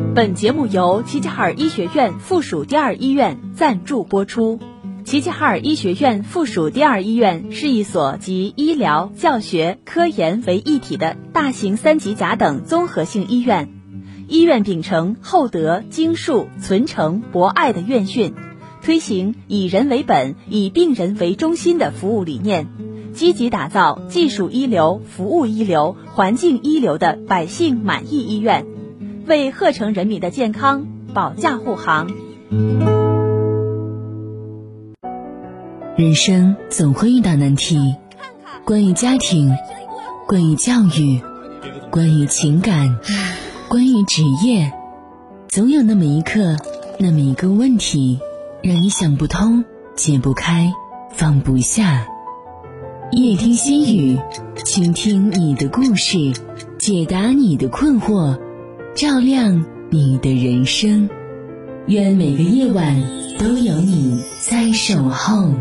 本节目由齐齐哈尔医学院附属第二医院赞助播出。齐齐哈尔医学院附属第二医院是一所集医疗、教学、科研为一体的大型3级甲等综合性医院。医院秉承厚德、经术、存诚、博爱的院训，推行以人为本、以病人为中心的服务理念，积极打造技术一流、服务一流、环境一流的百姓满意医院，为鹤城人民的健康保驾护航。 人生总会遇到难题，关于家庭，关于教育，关于情感，关于职业，总有那么一刻，那么一个问题，让你想不通、解不开、放不下。夜听心语，倾听你的故事，解答你的困惑，照亮你的人生。愿每个夜晚都有你在守候。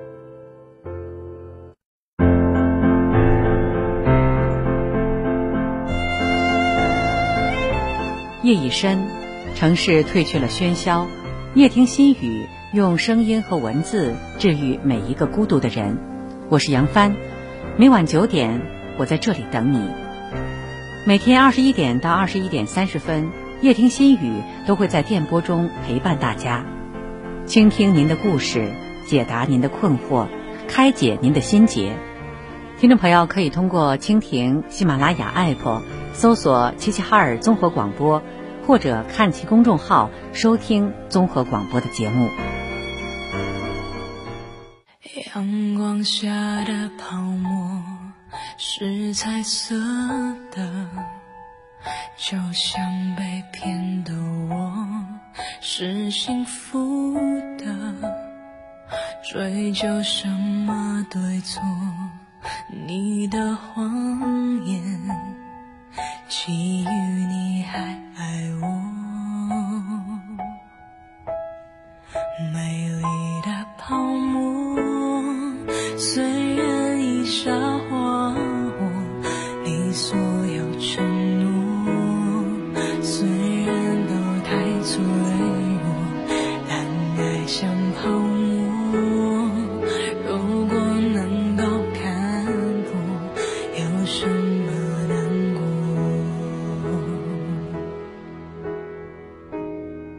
夜已深，城市褪去了喧嚣，夜听心语，用声音和文字治愈每一个孤独的人。我是杨帆，每晚9点，我在这里等你。每天21点到21点30分，夜听心语都会在电波中陪伴大家，倾听您的故事，解答您的困惑，开解您的心结。听众朋友可以通过蜻蜓、喜马拉雅 APP 搜索齐齐哈尔综合广播，或者看其公众号收听综合广播的节目。 阳光下的泡沫是彩色的，就像被骗的我是幸福的，追究什么对错，你的谎言基于你还爱我，美丽的泡沫虽然已沙化我，你所有承诺虽然都太脆弱，但爱像泡沫，如果能够看破，有什么难过？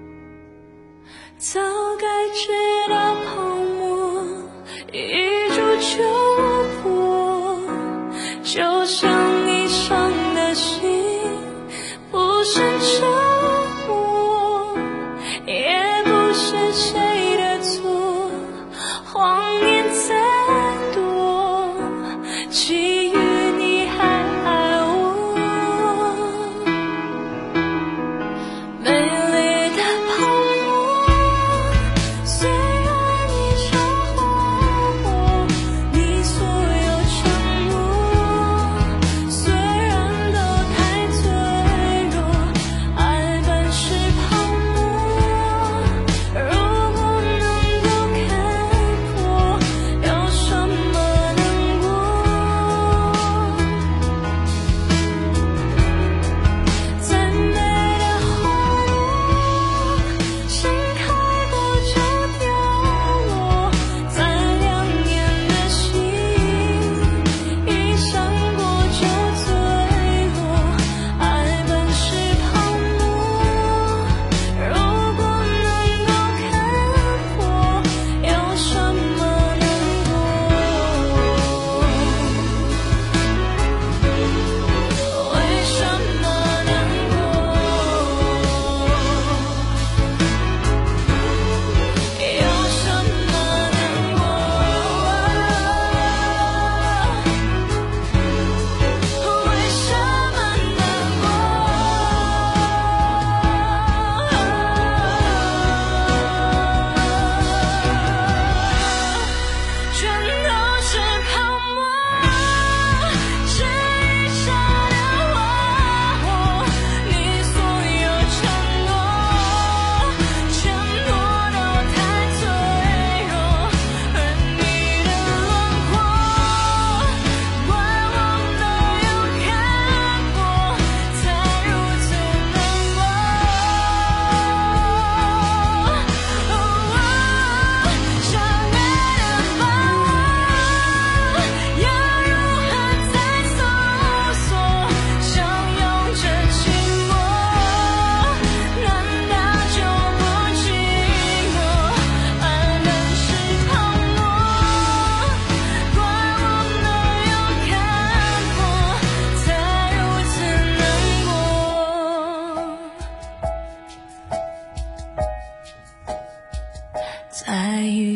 早该知道泡沫一触就破，就像你伤的心不是折磨，也不是谁的错，谎言再多，基于你还爱我，美丽的泡沫虽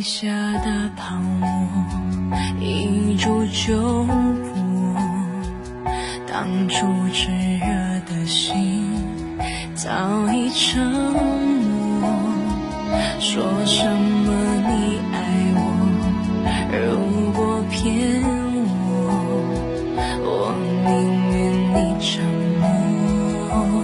滴下的泡沫一触就破，当初炽热的心早已沉默。说什么你爱我，如果骗我宁愿你沉默。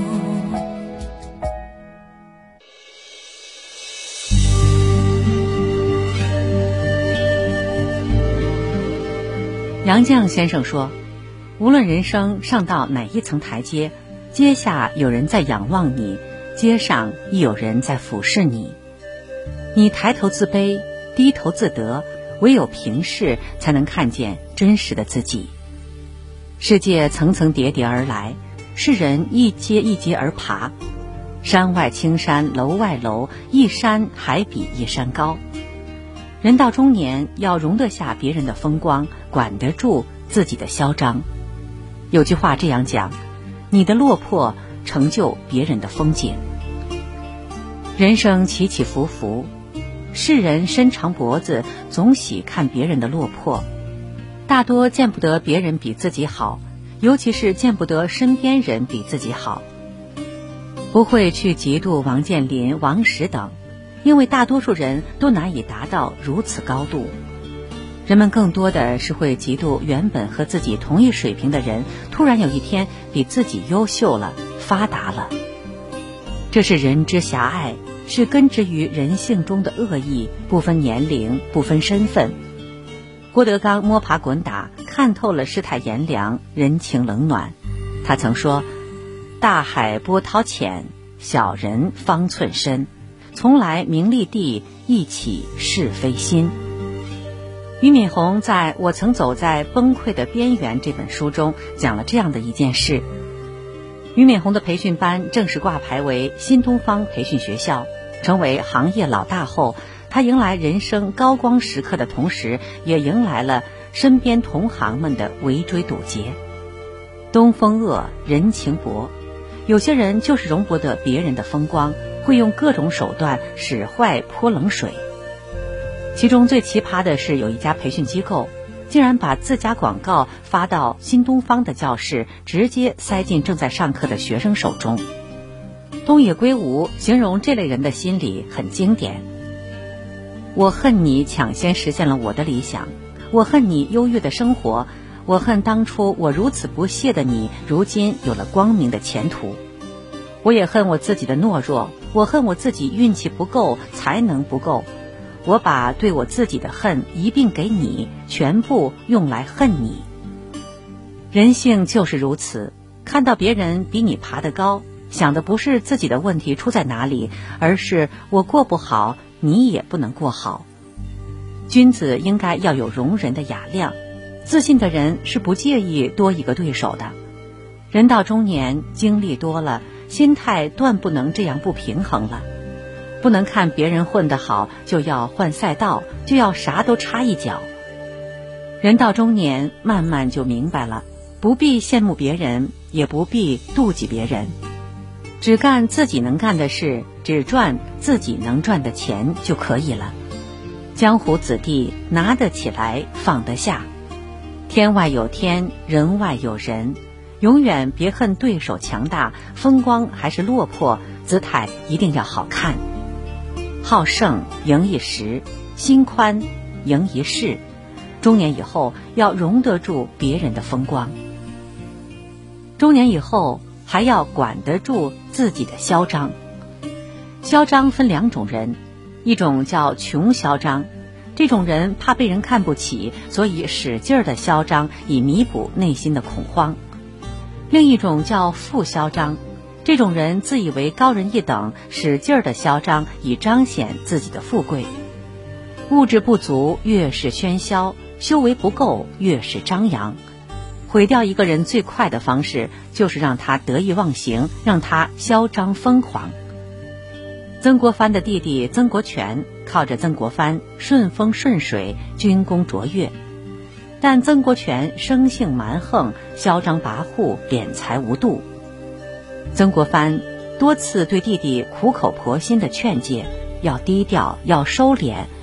杨绛先生说，无论人生上到哪一层台阶，阶下有人在仰望你，阶上亦有人在俯视你。你抬头自卑，低头自得，唯有平视才能看见真实的自己。世界层层叠叠而来，世人一阶一阶而爬，山外青山楼外楼，一山还比一山高。人到中年，要容得下别人的风光，管得住自己的嚣张。有句话这样讲，你的落魄成就别人的风景。人生起起伏伏，世人伸长脖子，总喜看别人的落魄，大多见不得别人比自己好，尤其是见不得身边人比自己好。不会去嫉妒王健林、王石等，因为大多数人都难以达到如此高度。人们更多的是会嫉妒原本和自己同一水平的人，突然有一天比自己优秀了，发达了。这是人之狭隘，是根植于人性中的恶意，不分年龄，不分身份。郭德纲摸爬滚打，看透了世态炎凉，人情冷暖。他曾说，大海波涛浅，小人方寸深，从来名利地，一起是非心。俞敏洪在《我曾走在崩溃的边缘》这本书中讲了这样的一件事。俞敏洪的培训班正式挂牌为新东方培训学校，成为行业老大后，他迎来人生高光时刻的同时，也迎来了身边同行们的围追堵截。东风恶，人情薄，有些人就是容不得别人的风光，会用各种手段使坏泼冷水。其中最奇葩的是，有一家培训机构竟然把自家广告发到新东方的教室，直接塞进正在上课的学生手中。东野圭吾形容这类人的心理很经典：我恨你抢先实现了我的理想，我恨你优越的生活，我恨当初我如此不屑的你，如今有了光明的前途。我也恨我自己的懦弱，我恨我自己运气不够，才能不够。我把对我自己的恨一并给你，全部用来恨你。人性就是如此，看到别人比你爬得高，想的不是自己的问题出在哪里，而是我过不好，你也不能过好。君子应该要有容人的雅量，自信的人是不介意多一个对手的。人到中年，经历多了，心态断不能这样不平衡了。不能看别人混得好就要换赛道，就要啥都插一脚。人到中年，慢慢就明白了，不必羡慕别人，也不必妒忌别人，只干自己能干的事，只赚自己能赚的钱就可以了。江湖子弟拿得起来放得下，天外有天，人外有人，永远别恨对手强大，风光还是落魄，姿态一定要好看。好胜赢一时，心宽赢一世。中年以后要容得住别人的风光，中年以后还要管得住自己的嚣张。嚣张分两种人，一种叫穷嚣张，这种人怕被人看不起，所以使劲儿的嚣张，以弥补内心的恐慌。另一种叫富嚣张，这种人自以为高人一等，使劲儿的嚣张，以彰显自己的富贵。物质不足越是喧嚣，修为不够越是张扬。毁掉一个人最快的方式，就是让他得意忘形，让他嚣张疯狂。曾国藩的弟弟曾国荃靠着曾国藩顺风顺水，军功卓越，但曾国荃生性蛮横，嚣张跋扈，敛财无度。曾国藩多次对弟弟苦口婆心的劝诫，要低调，要收敛，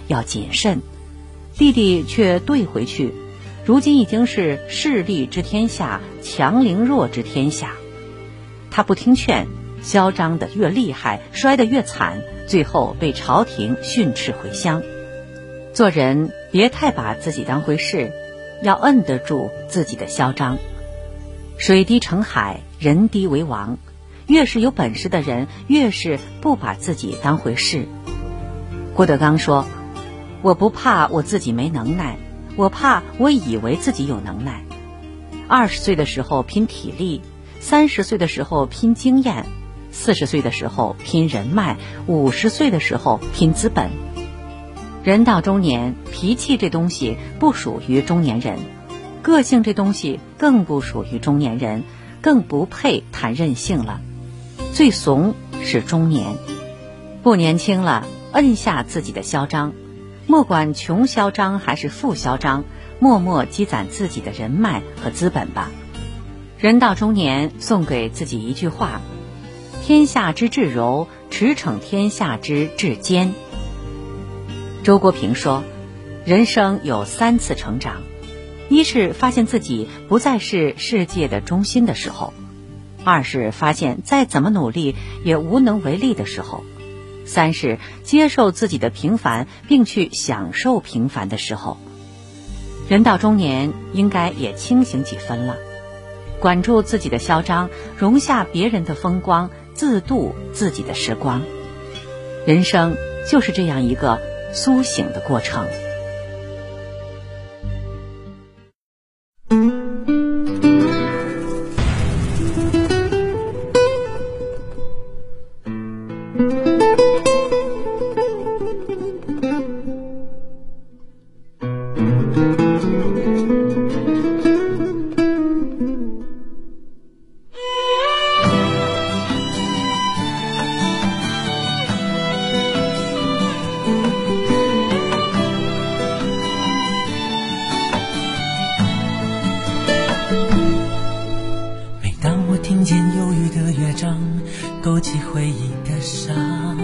要谨慎。弟弟却对回去，如今已经是势利之天下，强凌弱之天下。他不听劝，嚣张得越厉害，摔得越惨，最后被朝廷训斥回乡。做人别太把自己当回事，要摁得住自己的嚣张。水低成海，人低为王，越是有本事的人，越是不把自己当回事。郭德纲说，我不怕我自己没能耐，我怕我以为自己有能耐。20岁的时候拼体力，30岁的时候拼经验，40岁的时候拼人脉，50岁的时候拼资本。人到中年，脾气这东西不属于中年人，个性这东西更不属于中年人，更不配谈任性了。最怂是中年，不年轻了，摁下自己的嚣张，莫管穷嚣张还是富嚣张，默默积攒自己的人脉和资本吧。人到中年，送给自己一句话：天下之至柔，驰骋天下之至坚。周国平说，人生有3次成长，一是发现自己不再是世界的中心的时候，2是发现再怎么努力也无能为力的时候，3是接受自己的平凡并去享受平凡的时候。人到中年，应该也清醒几分了，管住自己的嚣张，容下别人的风光，自度自己的时光。人生就是这样一个苏醒的过程。 勾起回忆的伤，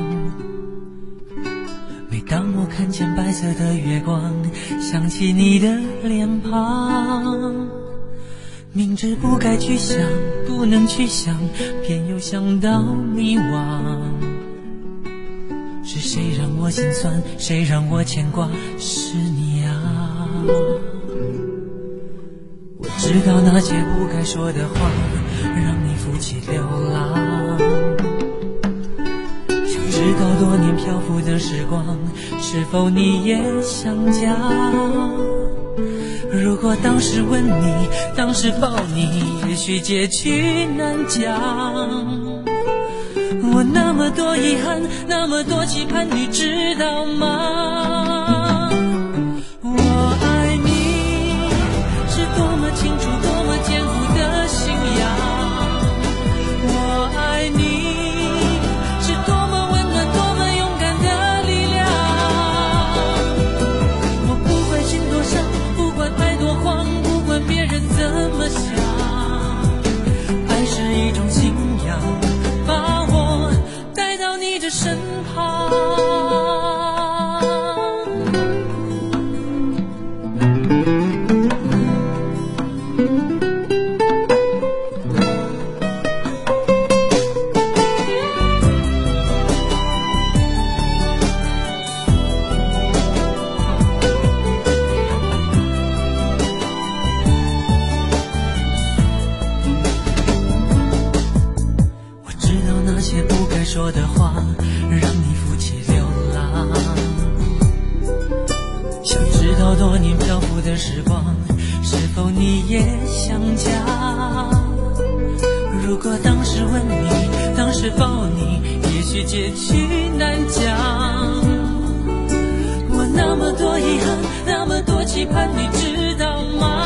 每当我看见白色的月光，想起你的脸庞，明知不该去想，不能去想，偏又想到迷惘。是谁让我心酸，谁让我牵挂，是你啊。我知道那些不该说的话，让你负起流浪。想知道多年漂浮的时光，是否你也想家？如果当时吻你，当时抱你，也许结局难讲。我那么多遗憾，那么多期盼，你知道吗？我爱你是多么清楚，多么坚固的信仰。我爱你是多么温暖，多么勇敢的力量。我不管心多伤，不管爱多慌，不管别人怎么想，爱是一种信仰，把我带到你的身旁。说的话让你负起流浪，想知道多年漂浮的时光，是否你也想家？如果当时吻你，当时抱你，也许结局难讲。我那么多遗憾，那么多期盼，你知道吗？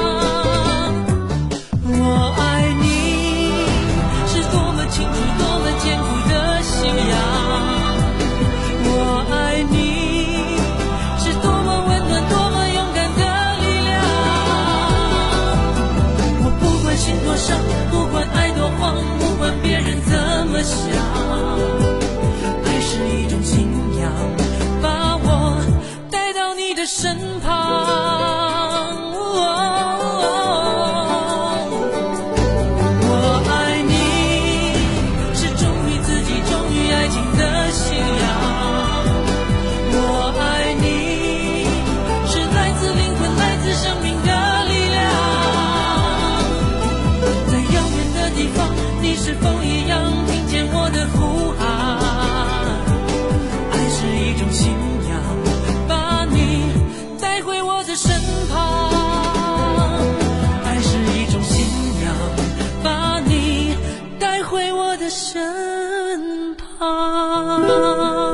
我爱你是多么清楚，多么坚固的信仰。我爱你是多么温暖，多么勇敢的力量。我不管心多伤，不管爱多慌，不管别人怎么想，爱是一种信仰，把我身旁。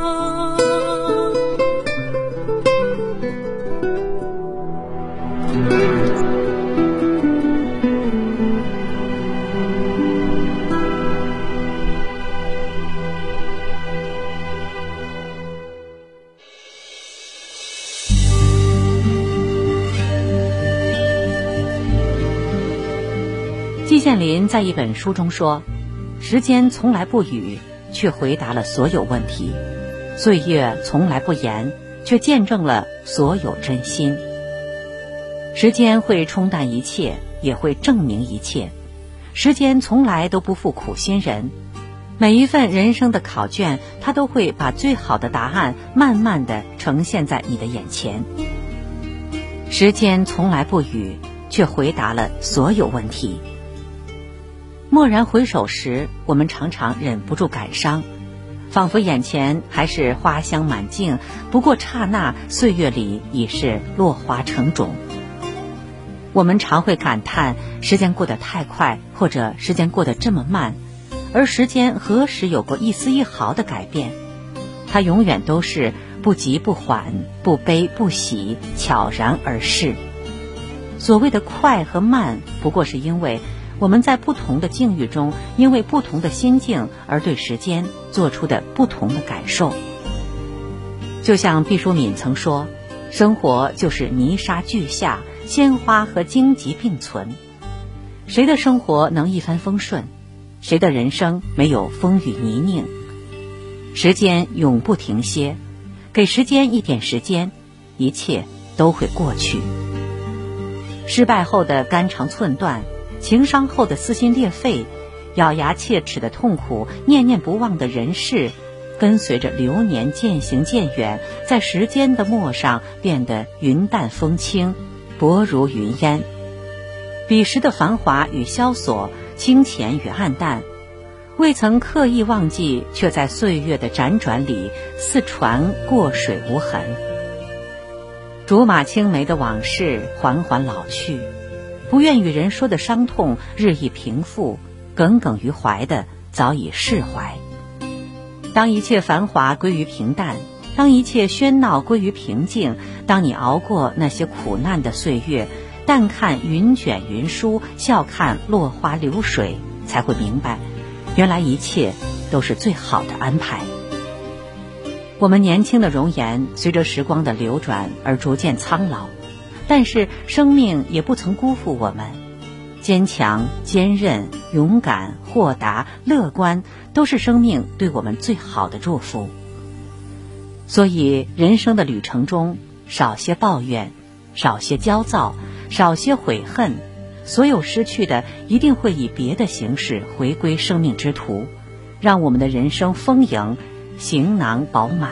季羡林在一本书中说，时间从来不语，却回答了所有问题；岁月从来不言，却见证了所有真心。时间会冲淡一切，也会证明一切。时间从来都不负苦心人，每一份人生的考卷，它都会把最好的答案慢慢地呈现在你的眼前。时间从来不语，却回答了所有问题。蓦然回首时，我们常常忍不住感伤，仿佛眼前还是花香满径，不过刹那，岁月里已是落花成种。我们常会感叹时间过得太快，或者时间过得这么慢，而时间何时有过一丝一毫的改变？它永远都是不急不缓，不悲不喜，悄然而逝。所谓的快和慢，不过是因为我们在不同的境遇中，因为不同的心境而对时间做出的不同的感受。就像毕淑敏曾说，生活就是泥沙俱下，鲜花和荆棘并存。谁的生活能一帆风顺？谁的人生没有风雨泥泞？时间永不停歇，给时间一点时间，一切都会过去。失败后的肝肠寸断，情伤后的撕心裂肺，咬牙切齿的痛苦，念念不忘的人事，跟随着流年渐行渐远，在时间的陌上变得云淡风轻，薄如云烟。彼时的繁华与萧索，清浅与暗淡，未曾刻意忘记，却在岁月的辗转里似船过水无痕。竹马青梅的往事缓缓老去，不愿与人说的伤痛日益平复，耿耿于怀的早已释怀。当一切繁华归于平淡，当一切喧闹归于平静，当你熬过那些苦难的岁月，淡看云卷云舒，笑看落花流水，才会明白，原来一切都是最好的安排。我们年轻的容颜随着时光的流转而逐渐苍老，但是生命也不曾辜负我们。坚强、坚韧、勇敢、豁达、乐观，都是生命对我们最好的祝福。所以人生的旅程中，少些抱怨，少些焦躁，少些悔恨，所有失去的一定会以别的形式回归生命之途，让我们的人生丰盈，行囊饱满。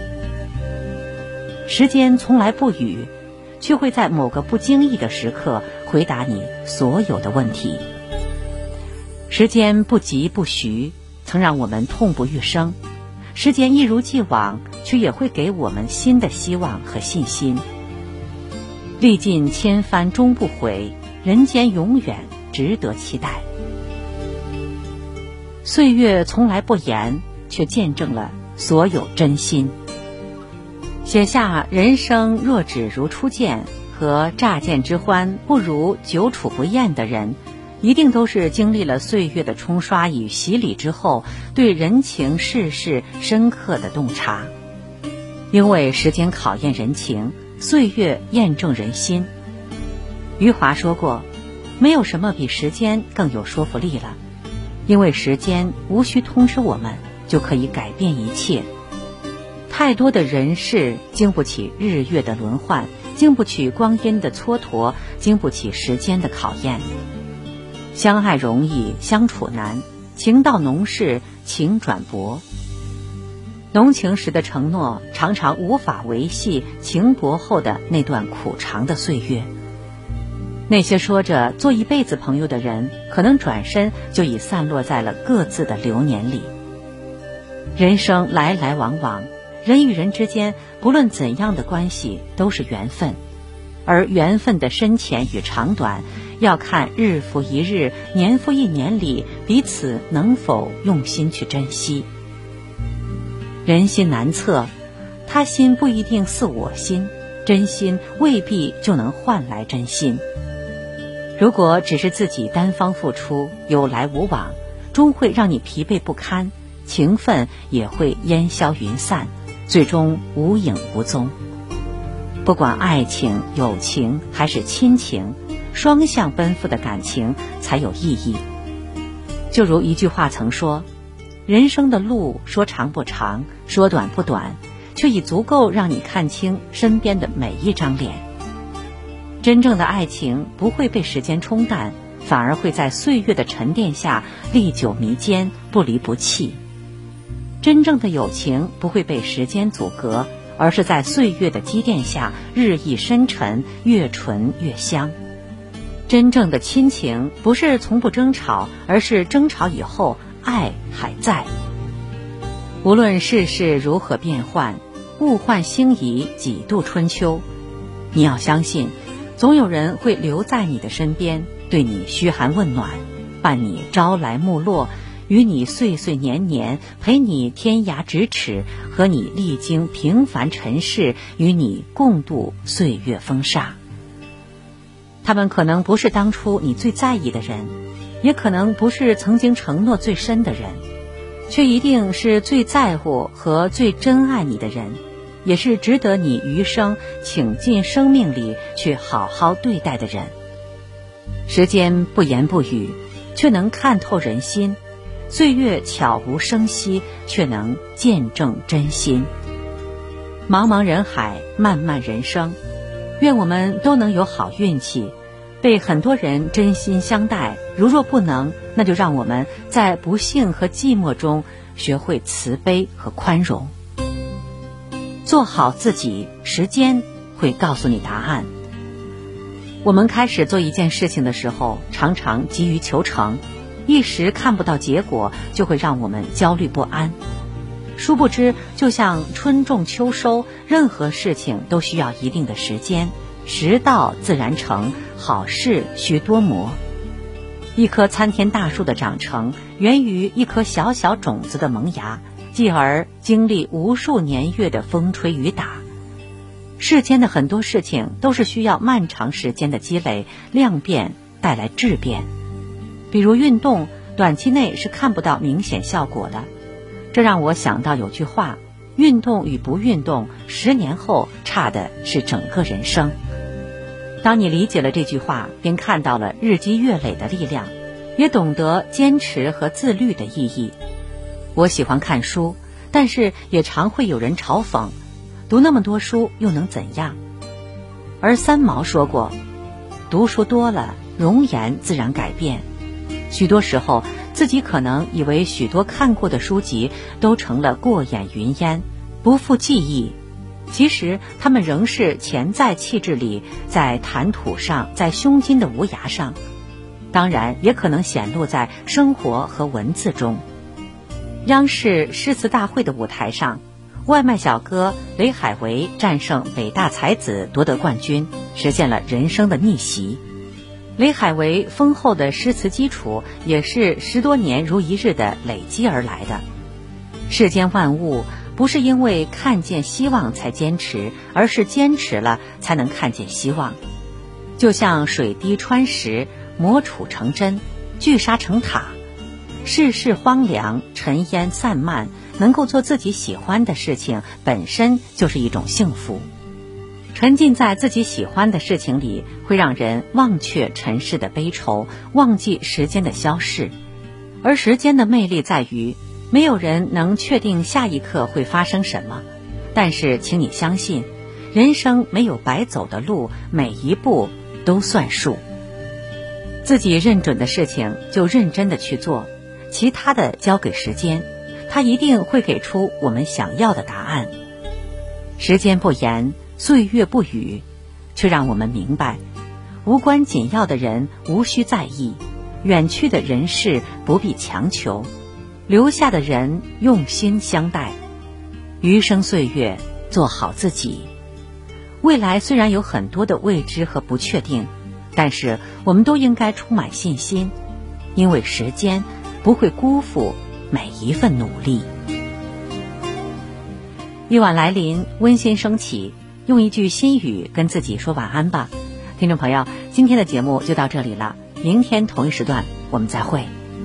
时间从来不语，却会在某个不经意的时刻回答你所有的问题。时间不疾不徐，曾让我们痛不欲生；时间一如既往，却也会给我们新的希望和信心。历尽千帆终不悔，人间永远值得期待。岁月从来不言，却见证了所有真心。写下人生若只如初见和乍见之欢不如久处不厌的人，一定都是经历了岁月的冲刷与洗礼之后，对人情世事深刻的洞察。因为时间考验人情，岁月验证人心。余华说过，没有什么比时间更有说服力了，因为时间无需通知我们，就可以改变一切。太多的人事经不起日月的轮换，经不起光阴的蹉跎，经不起时间的考验。相爱容易相处难，情到浓时情转薄。浓情时的承诺常常无法维系情薄后的那段苦长的岁月。那些说着做一辈子朋友的人，可能转身就已散落在了各自的流年里。人生来来往往，人与人之间不论怎样的关系都是缘分，而缘分的深浅与长短， 要看日复一日、年复一年里彼此能否用心去珍惜。人心难测，他心不一定似我心，真心未必就能换来真心。如果只是自己单方付出，有来无往，终会让你疲惫不堪，情分也会烟消云散，最终无影无踪。不管爱情、友情还是亲情，双向奔赴的感情才有意义。就如一句话曾说，人生的路说长不长，说短不短，却已足够让你看清身边的每一张脸。真正的爱情不会被时间冲淡，反而会在岁月的沉淀下历久弥坚，不离不弃。真正的友情不会被时间阻隔，而是在岁月的积淀下日益深沉，越醇越香。真正的亲情不是从不争吵，而是争吵以后爱还在。无论世事如何变幻，物换星移几度春秋，你要相信，总有人会留在你的身边，对你嘘寒问暖，伴你朝来暮落，与你岁岁年年，陪你天涯咫尺，和你历经平凡尘世，与你共度岁月风沙。他们可能不是当初你最在意的人，也可能不是曾经承诺最深的人，却一定是最在乎和最珍爱你的人，也是值得你余生倾尽生命里去好好对待的人。时间不言不语，却能看透人心；岁月悄无声息，却能见证真心。茫茫人海，漫漫人生，愿我们都能有好运气，被很多人真心相待。如若不能，那就让我们在不幸和寂寞中学会慈悲和宽容。做好自己，时间会告诉你答案。我们开始做一件事情的时候，常常急于求成，一时看不到结果，就会让我们焦虑不安。殊不知，就像春种秋收，任何事情都需要一定的时间，时到自然成，好事需多磨。一棵参天大树的长成，源于一颗小小种子的萌芽，继而经历无数年月的风吹雨打。世间的很多事情都是需要漫长时间的积累、量变带来质变。比如运动，短期内是看不到明显效果的。这让我想到有句话，运动与不运动，10年后差的是整个人生。当你理解了这句话，便看到了日积月累的力量，也懂得坚持和自律的意义。我喜欢看书，但是也常会有人嘲讽，读那么多书又能怎样？而三毛说过，读书多了，容颜自然改变。许多时候，自己可能以为许多看过的书籍都成了过眼云烟，不复记忆，其实他们仍是潜在气质里，在谈吐上，在胸襟的无涯上，当然也可能显露在生活和文字中。央视诗词大会的舞台上，外卖小哥雷海为战胜北大才子夺得冠军，实现了人生的逆袭。雷海为丰厚的诗词基础，也是10多年如一日的累积而来的。世间万物不是因为看见希望才坚持，而是坚持了才能看见希望。就像水滴穿石，磨杵成针，聚沙成塔。世事荒凉，尘烟散漫，能够做自己喜欢的事情，本身就是一种幸福。沉浸在自己喜欢的事情里，会让人忘却尘世的悲愁，忘记时间的消逝。而时间的魅力在于，没有人能确定下一刻会发生什么，但是请你相信，人生没有白走的路，每一步都算数。自己认准的事情就认真的去做，其他的交给时间，它一定会给出我们想要的答案。时间不言，岁月不语，却让我们明白，无关紧要的人无需在意，远去的人事不必强求，留下的人用心相待。余生岁月，做好自己。未来虽然有很多的未知和不确定， 但是我们都应该充满信心，因为时间不会辜负每一份努力。夜晚来临，温馨升起，用一句心语跟自己说晚安吧。听众朋友，今天的节目就到这里了，明天同一时段我们再会。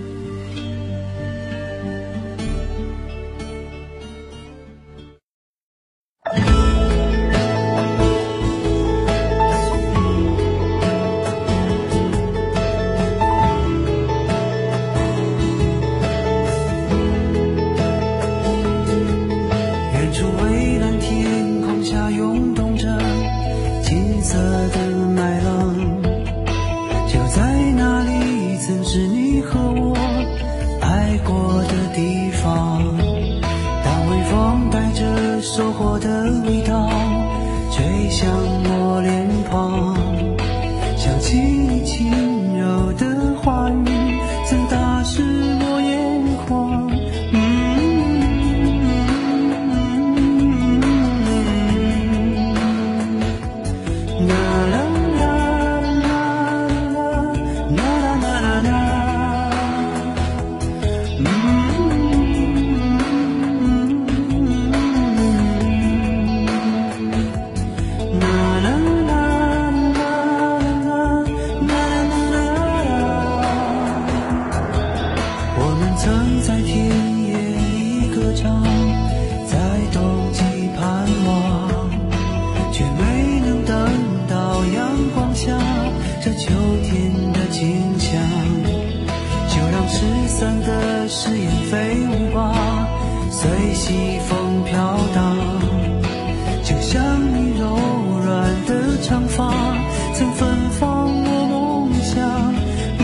随西风飘荡，就像你柔软的长发曾芬芳我梦想。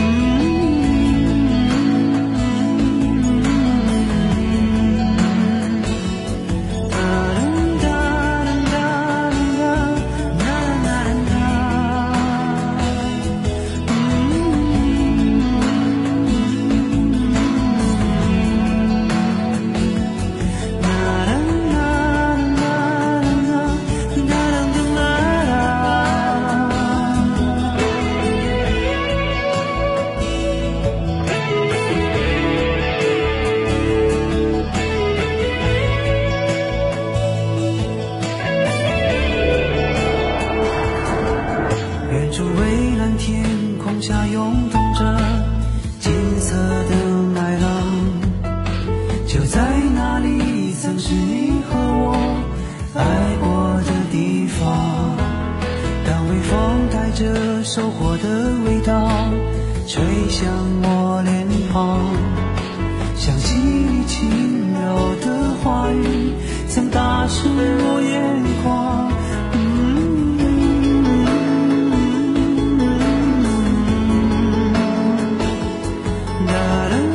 收获的味道吹向我脸庞，想起你轻柔的话语曾打湿我眼眶。啦啦